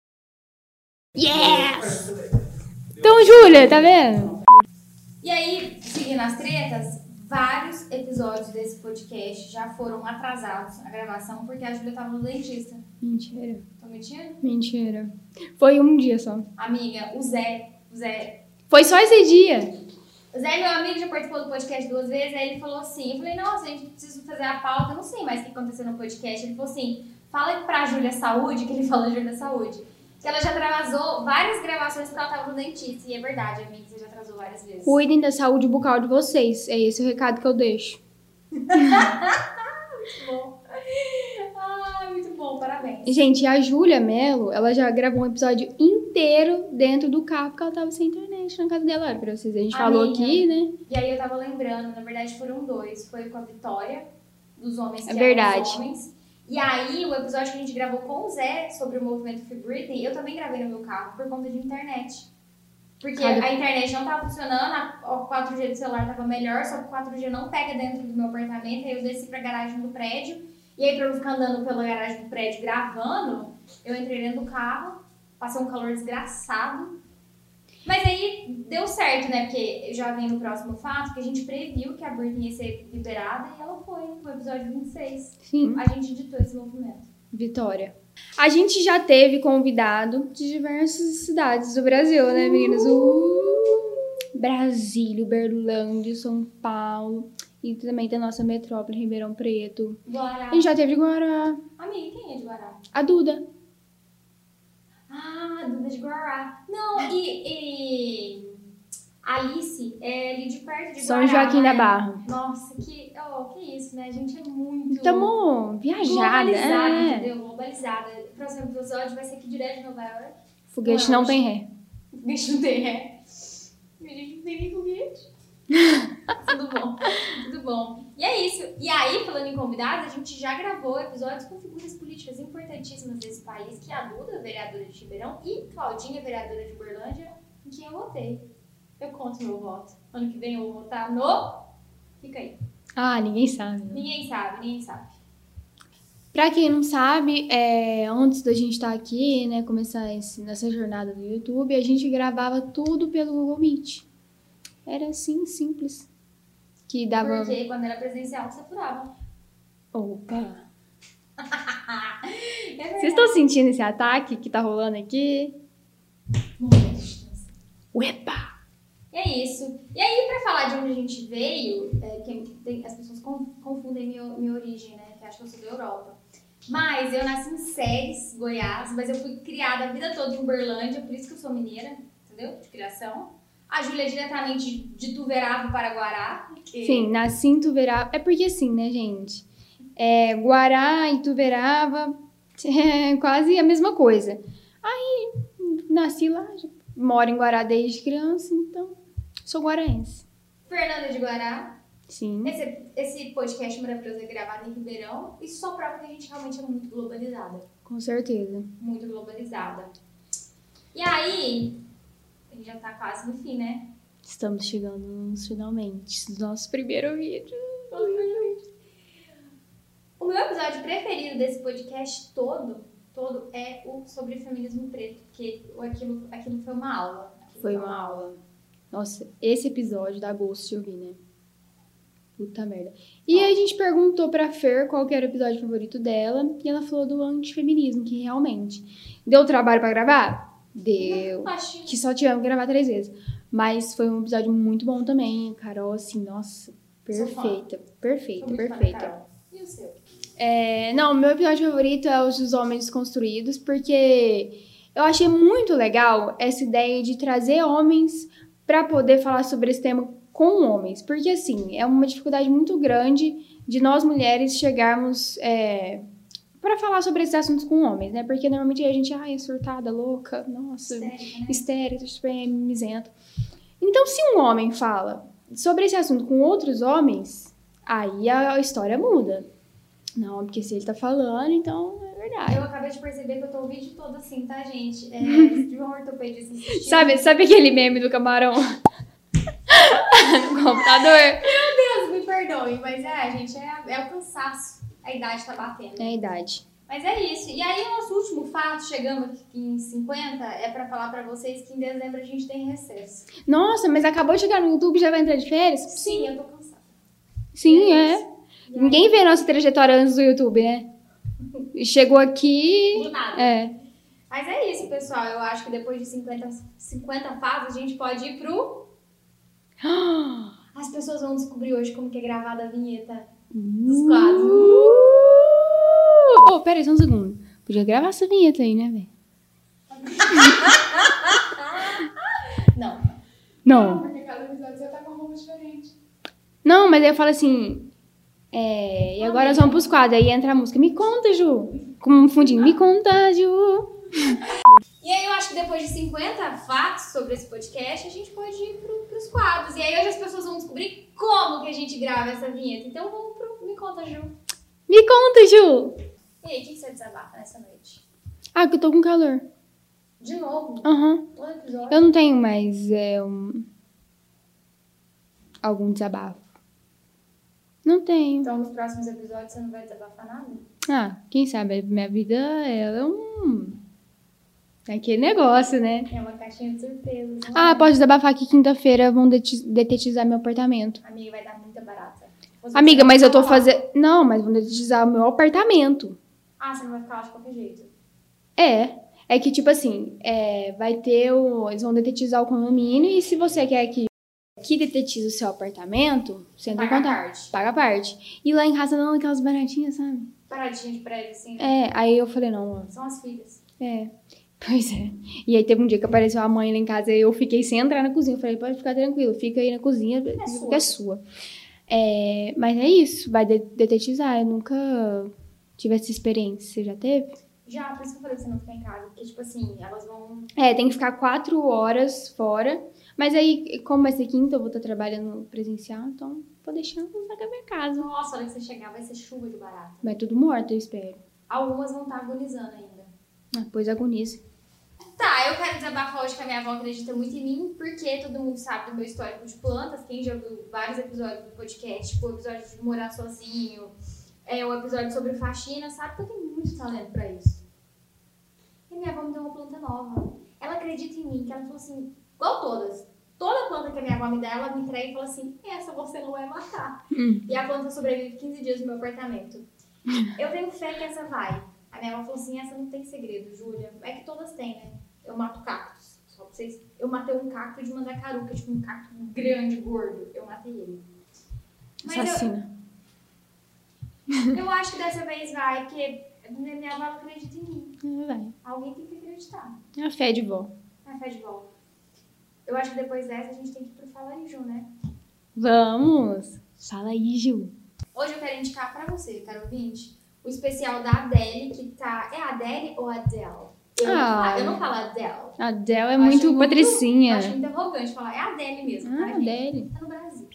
Yes! Então, Júlia, tá vendo? E aí, seguindo as tretas, vários episódios desse podcast já foram atrasados a gravação porque a Júlia tava no dentista. Mentira. Tô mentindo? Mentira. Foi um dia só. Amiga, o Zé... Foi só esse dia. O Zé, meu amigo, já participou do podcast 2 vezes, aí ele falou assim, eu falei, nossa, a gente precisa fazer a pauta, eu não sei mais o que aconteceu no podcast. Ele falou assim, fala pra Júlia Saúde, que ele fala Júlia Saúde. que ela já atrasou várias gravações porque ela tava no dentista. E é verdade, amiga, você já atrasou várias vezes. Cuidem da saúde bucal de vocês. É esse o recado que eu deixo. Muito bom. Ai, muito bom, parabéns. Gente, a Júlia Mello, ela já gravou um episódio inteiro dentro do carro porque ela tava sem internet na casa dela. Olha pra vocês, a gente falou aqui, né? E aí eu tava lembrando, na verdade foram 2. Foi com a Vitória, dos homens que eram verdade. os homens. E aí, o episódio que a gente gravou com o Zé sobre o movimento Free Britney, eu também gravei no meu carro por conta de internet. Porque a internet não tava funcionando, o 4G do celular tava melhor, só que o 4G não pega dentro do meu apartamento, aí eu desci pra garagem do prédio, e aí pra eu não ficar andando pela garagem do prédio gravando, eu entrei dentro do carro, passei um calor desgraçado. Mas aí deu certo, né? Porque já vem no próximo fato que a gente previu que a Britney ia ser liberada e ela foi no episódio 26. Sim. A gente ditou esse movimento. Vitória. A gente já teve convidado de diversas cidades do Brasil, né, meninas? Brasília, Uberlândia, São Paulo. E também da nossa metrópole, Ribeirão Preto. Guará. A gente já teve de Guará. Amiga, quem é de Guará? A Duda. Ah, Duda de Guará. Não, e Alice é ali de perto de São Guará, Joaquim né? da Barra. Nossa, que isso, né? A gente é muito... Tamo viajada. globalizada, entendeu? Globalizada. O próximo episódio vai ser aqui direto de Nova York. Foguete não tem ré. Foguete não tem ré. A gente não tem nem foguete. Tudo bom, tudo bom. E é isso. E aí, falando em convidados, a gente já gravou episódios com figuras políticas importantíssimas desse país, que é a Duda, vereadora de Ribeirão, e Claudinha, vereadora de Uberlândia, em quem eu votei. Eu conto meu voto. Ano que vem eu vou votar no... Fica aí. Ah, ninguém sabe. Né? Ninguém sabe. Pra quem não sabe, antes da gente estar aqui, né, começar nessa jornada do YouTube, a gente gravava tudo pelo Google Meet. Era assim, simples. Que dava... Porque quando era presencial, você furava. Opa! É verdade. Vocês estão sentindo esse ataque que tá rolando aqui? Uepa! E é isso. E aí, pra falar de onde a gente veio, as pessoas confundem minha origem, né? Que acham que eu sou da Europa. Mas eu nasci em Séries, Goiás, mas eu fui criada a vida toda em Uberlândia, por isso que eu sou mineira, entendeu? De criação. A Júlia é diretamente de Tuverava para Guará. Sim, nasci em Tuverava. É porque assim, né, gente? Guará e Tuverava é quase a mesma coisa. Aí, nasci lá, moro em Guará desde criança, então sou guaraense. Fernanda de Guará. Sim. Esse podcast maravilhoso é gravado em Ribeirão. Isso só prova que a gente realmente é muito globalizada. Com certeza. Muito globalizada. E aí... A gente já tá quase no fim, né? Estamos chegando nos finalmente do nosso primeiro vídeo. O meu episódio preferido desse podcast todo é o sobre feminismo preto, porque aquilo foi uma aula. Foi uma aula. Nossa, esse episódio dá gosto de ouvir, né? Puta merda. E aí a gente perguntou pra Fer qual que era o episódio favorito dela, e ela falou do antifeminismo, que realmente deu trabalho pra gravar? Deu. Que só tivemos que gravar 3 vezes. Mas foi um episódio muito bom também. Carol, assim, nossa, perfeita. Perfeita. E o seu? Não, o meu episódio favorito é os dos Homens Desconstruídos, porque eu achei muito legal essa ideia de trazer homens pra poder falar sobre esse tema com homens. Porque, assim, é uma dificuldade muito grande de nós mulheres chegarmos... pra falar sobre esses assuntos com homens, né? Porque normalmente a gente, é surtada, louca, nossa, histérica, super mimizento. Então, se um homem fala sobre esse assunto com outros homens, aí a história muda. Não, porque se ele tá falando, então é verdade. Eu acabei de perceber que eu tô o vídeo todo assim, tá, gente? De um ortopedista assistindo. Sabe aquele meme do camarão? No computador? Meu Deus, me perdoe, mas gente, é o cansaço. A idade tá batendo. É a idade. Mas é isso. E aí, o nosso último fato, chegando aqui em 50, é pra falar pra vocês que em dezembro a gente tem recesso. Nossa, mas acabou de chegar no YouTube e já vai entrar de férias? Sim, eu tô cansada. Sim, Ninguém vê a nossa trajetória antes do YouTube, né? Chegou aqui... Do nada. Mas é isso, pessoal. Eu acho que depois de 50 fatos, a gente pode ir pro... As pessoas vão descobrir hoje como que é gravada a vinheta dos quadros. Pera aí, só um segundo. Podia gravar essa vinheta aí, né, velho? Não. Não. Porque cada episódio você tá com uma roupa diferente. Não, mas aí eu falo assim... e agora nós vamos pros quadros. Aí entra a música. Me conta, Ju. Com um fundinho. Me conta, Ju. E aí eu acho que depois de 50 fatos sobre esse podcast, a gente pode ir pros quadros. E aí hoje as pessoas vão descobrir como que a gente grava essa vinheta. Então vamos pro Me Conta, Ju. Me conta, Ju. E aí, o que você desabafa nessa noite? Ah, que eu tô com calor. De novo? Aham. Todo episódio? Eu não tenho mais algum desabafo. Não tenho. Então nos próximos episódios você não vai desabafar nada? Ah, quem sabe? Minha vida, ela é aquele negócio, né? É uma caixinha de surpresas. Não Ah, é? pode desabafar que quinta-feira vão detetizar meu apartamento. Amiga, vai dar muita barata. Amiga, mas eu tô fazendo. fazendo... Não, mas vão detetizar o meu apartamento. Ah, você não vai ficar lá de qualquer jeito. É que, tipo assim, vai ter eles vão detetizar o condomínio e se você quer que detetize o seu apartamento, você entra em Paga a contato. parte. Paga a parte. E lá em casa não, aquelas baratinhas, sabe? Paradinha de prédio, assim. Né? Aí eu falei, não, mano. São as filhas. Pois é. E aí teve um dia que apareceu a mãe lá em casa e eu fiquei sem entrar na cozinha. Eu falei, pode ficar tranquilo, fica aí na cozinha, é sua. Mas é isso, vai detetizar. Eu nunca tive essa experiência. Você já teve? Já, por isso que eu falei pra você não ficar em casa. Porque, tipo assim, elas vão... Tem que ficar 4 horas fora. Mas aí, como vai ser quinta, eu vou estar trabalhando presencial, então vou deixar na minha casa. Nossa, a hora que você chegar vai ser chuva de barata. Mas tudo morto, eu espero. Algumas vão estar agonizando ainda. Pois agoniza. Tá, eu quero desabafar hoje que a minha avó acredita muito em mim, porque todo mundo sabe do meu histórico de plantas. Quem já viu vários episódios do podcast, tipo o episódio de morar sozinho, o episódio sobre faxina, sabe que eu tenho muito talento pra isso. E minha avó me deu uma planta nova. Ela acredita em mim, que ela falou assim, igual todas. Toda planta que a minha avó me dá, ela me entrega e fala assim, essa você não vai matar. E a planta sobrevive 15 dias no meu apartamento. Eu tenho fé que essa vai. A minha avó falou assim, essa não tem segredo, Júlia. É que todas têm, né? Eu mato cactos. Só pra vocês... Eu matei um cacto de mandacaru, que é tipo um cacto grande, gordo. Eu matei ele. Mas Assassina. eu acho que dessa vez vai, porque minha avó não acredita em mim. Vai. Alguém tem que acreditar. É a fé de vó. A fé de volta. Eu acho que depois dessa a gente tem que ir pro Fala aí, Ju, né? Vamos. Fala aí, Gil. Hoje eu quero indicar pra você, caro ouvinte, o especial da Adele, que tá... É Adele ou Adele? Eu não falo Adele. A Adele é Eu muito acho patricinha. Eu acho muito arrogante falar. É a Adele mesmo, tá, gente? Adele. Tá no Brasil.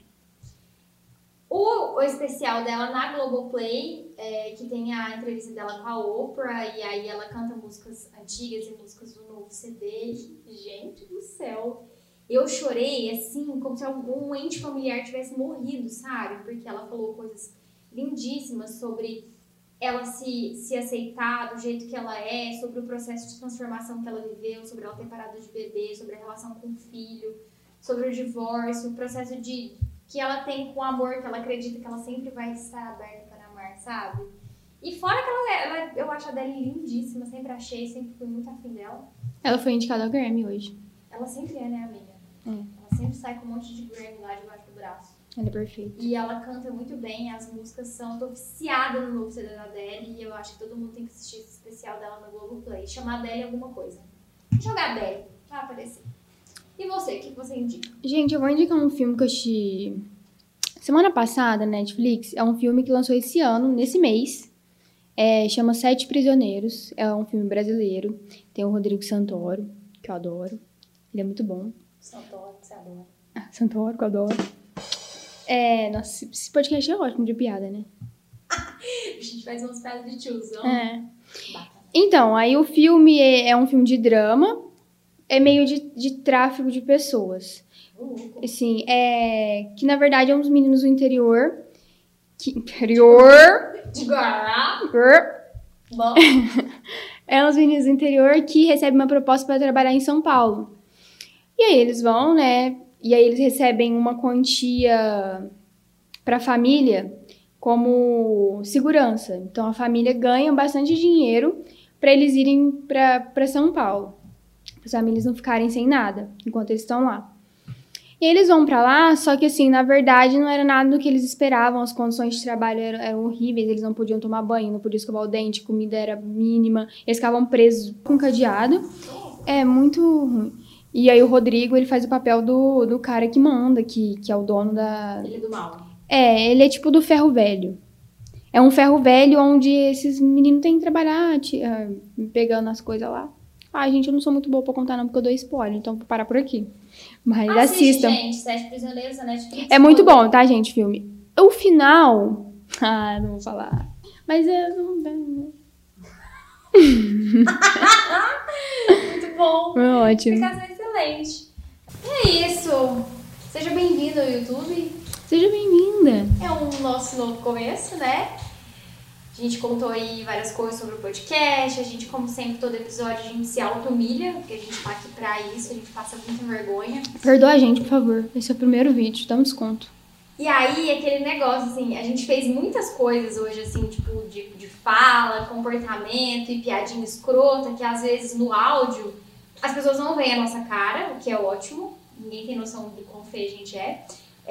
O especial dela na Globoplay, que tem a entrevista dela com a Oprah, e aí ela canta músicas antigas e músicas do novo CD. Gente do céu! Eu chorei, assim, como se algum ente familiar tivesse morrido, sabe? Porque ela falou coisas lindíssimas sobre ela se aceitar do jeito que ela é, sobre o processo de transformação que ela viveu, sobre ela ter parado de beber, sobre a relação com o filho, sobre o divórcio, o processo que ela tem com o amor, que ela acredita que ela sempre vai estar aberta para amar, sabe? E fora que eu acho a Adele lindíssima, sempre achei, sempre fui muito afim dela. Ela foi indicada ao Grammy hoje. Ela sempre é, né, amiga? Ela sempre sai com um monte de Grammy lá debaixo do braço. Ela é perfeita. E ela canta muito bem, as músicas são... Tô viciada no novo CD da Adele e eu acho que todo mundo tem que assistir esse especial dela no Globoplay. Chamar Adele alguma coisa. Jogar Adele, vai aparecer. E você, o que você indica? Gente, eu vou indicar um filme que eu assisti semana passada na Netflix. É um filme que lançou esse ano, nesse mês. Chama Sete Prisioneiros. É um filme brasileiro. Tem o Rodrigo Santoro, que eu adoro. Ele é muito bom. Santoro, que você adora. Santoro, que eu adoro. Nossa, esse podcast é ótimo de piada, né? A gente faz umas piadas de tiozão. Bacana. Então, aí o filme é um filme de drama. É meio de tráfico de pessoas. Assim, que na verdade é uns meninos do interior. De Guará. Bom. É uns meninos do interior que recebem uma proposta para trabalhar em São Paulo. E aí eles vão, né? E aí eles recebem uma quantia para a família como segurança. Então a família ganha bastante dinheiro para eles irem para São Paulo. Para as famílias não ficarem sem nada enquanto eles estão lá. E eles vão pra lá, só que assim, na verdade não era nada do que eles esperavam, as condições de trabalho eram horríveis, eles não podiam tomar banho, não podiam escovar o dente, comida era mínima, eles ficavam presos com cadeado. É muito ruim. E aí o Rodrigo, ele faz o papel do cara que manda, que é o dono da... Ele é do mal. Ele é tipo do ferro velho. É um ferro velho onde esses meninos têm que trabalhar, pegando as coisas lá. Gente, eu não sou muito boa pra contar não, porque eu dou spoiler, então vou parar por aqui. Mas assistam. Gente, Sete Prisioneiros da Netflix. É muito bom, tá, gente, filme? O final... não vou falar. Mas Muito bom. É ótimo. Explicação excelente. E é isso. Seja bem-vindo ao YouTube. Seja bem-vinda. É um nosso novo começo, né? A gente contou aí várias coisas sobre o podcast. A gente, como sempre, todo episódio a gente se auto-humilha, porque a gente tá aqui pra isso, a gente passa muita vergonha. Perdoa a gente, por favor. Esse é o primeiro vídeo, dá um desconto. E aí, aquele negócio, assim, a gente fez muitas coisas hoje, assim, tipo, de fala, comportamento e piadinha escrota, que às vezes no áudio as pessoas não veem a nossa cara, o que é ótimo. Ninguém tem noção do quão feio a gente é.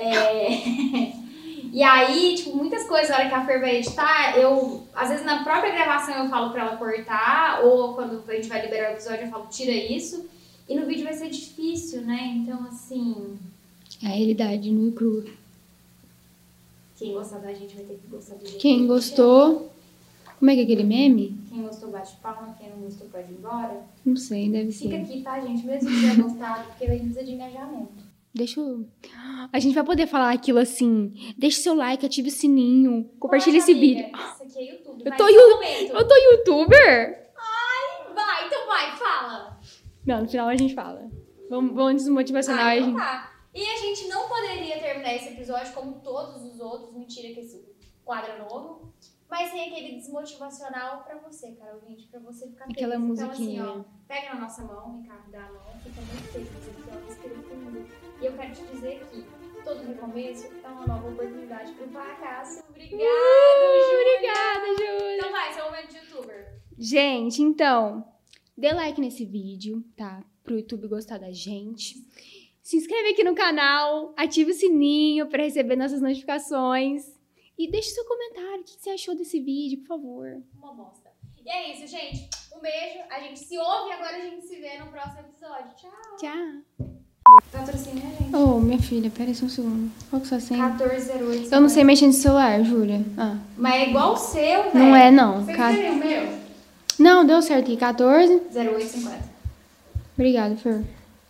E aí, tipo, muitas coisas, na hora que a Fer vai editar, às vezes na própria gravação eu falo pra ela cortar, ou quando a gente vai liberar o episódio eu falo, tira isso. E no vídeo vai ser difícil, né? Então, assim... É a realidade nua e crua. Quem gostar da gente vai ter que gostar do jeito. Quem gostou... Como é que é aquele meme? Quem gostou bate palma, quem não gostou pode ir embora. Não sei, deve ser. Fica aqui, tá, gente? Mesmo se tiver gostado, porque a gente precisa de engajamento. Deixa eu... A gente vai poder falar aquilo assim. Deixe seu like, ative o sininho. Compartilhe esse vídeo. Isso aqui é YouTube. Eu tô youtuber? Vai, então vai, fala. Não, no final a gente fala. Vamos desmotivacional. A Então gente... tá. E a gente não poderia terminar esse episódio como todos os outros. Mentira que esse quadro é novo. Mas tem aquele desmotivacional pra você, cara, ouvinte, pra você ficar feliz. Aquela musiquinha. Então, assim, ó, pega na nossa mão, Ricardo, dá a mão, fica muito feliz aqui, ó, respira fundo. E eu quero te dizer que todo recomeço é uma nova oportunidade pro fracasso. Obrigada, Júlia! Obrigada, Júlia! Então vai, seu momento de youtuber. Gente, então, dê like nesse vídeo, tá? Pro YouTube gostar da gente. Se inscreve aqui no canal, ative o sininho pra receber nossas notificações. E deixe seu comentário, o que você achou desse vídeo, por favor. Uma bosta. E é isso, gente. Um beijo, a gente se ouve e agora a gente se vê no próximo episódio. Tchau! Tchau! Patrocínio, né, gente? Ô, minha filha, pera aí só um segundo. Qual que é a sua senha? 1408. Eu não sei mexer no celular, Júlia. Mas é igual o seu, velho. Não é, não. Você escreveu o meu? Não, deu certo aqui. 14. 0850. Obrigada, Fer.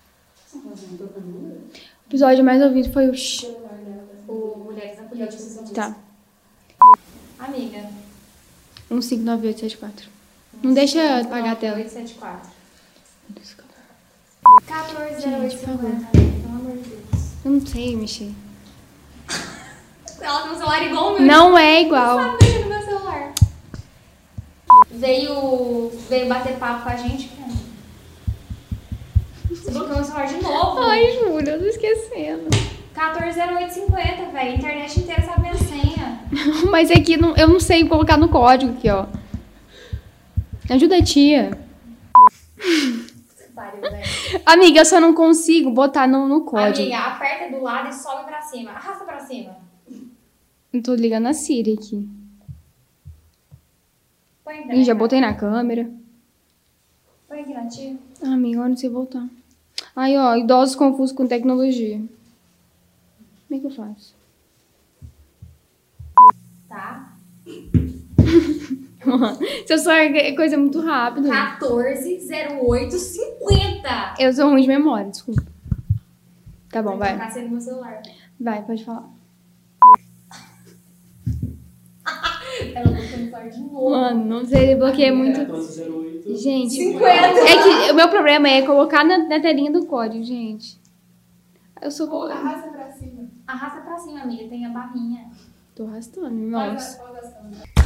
O episódio mais ouvido foi o... O Mulheres na Política, você disse. Tá. Amiga. 159874. Não deixa apagar a tela. 874. 140850. Gente, por favor. Pelo amor de Deus. Eu não sei mexer. Ela tem um celular igual o meu. Não é igual. Não sabe mexer no meu celular. Veio bater papo com a gente, cara. Você bloqueou o celular de novo. Ai, Júlia, eu tô esquecendo. 140850, velho. A internet inteira sabe minha senha. Mas é que eu não sei colocar no código aqui, ó. Ajuda a tia. Pariu, velho. Amiga, eu só não consigo botar no código. Amiga, aperta do lado e sobe pra cima. Arrasta pra cima. Eu tô ligando a Siri aqui. Põe aqui. Ih, já botei na câmera. Põe aqui na tia. Amiga, agora não sei voltar. Aí, ó, idosos confusos com tecnologia. Como é que eu faço? Tá? Seu celular é coisa muito rápida. 140850. Eu sou ruim de memória, desculpa. Tá bom, vai. Vou colocar no meu celular. Vai, pode falar. Ela botou no celular de novo. Mano, não sei, bloqueei muito. 1408. Gente, 50. é que o meu problema é colocar na telinha do código, gente. Eu sou... Arrasta pra cima. Arrasta pra cima, amiga. Tem a barrinha. Tô arrastando, nossa. Faz as câmeras.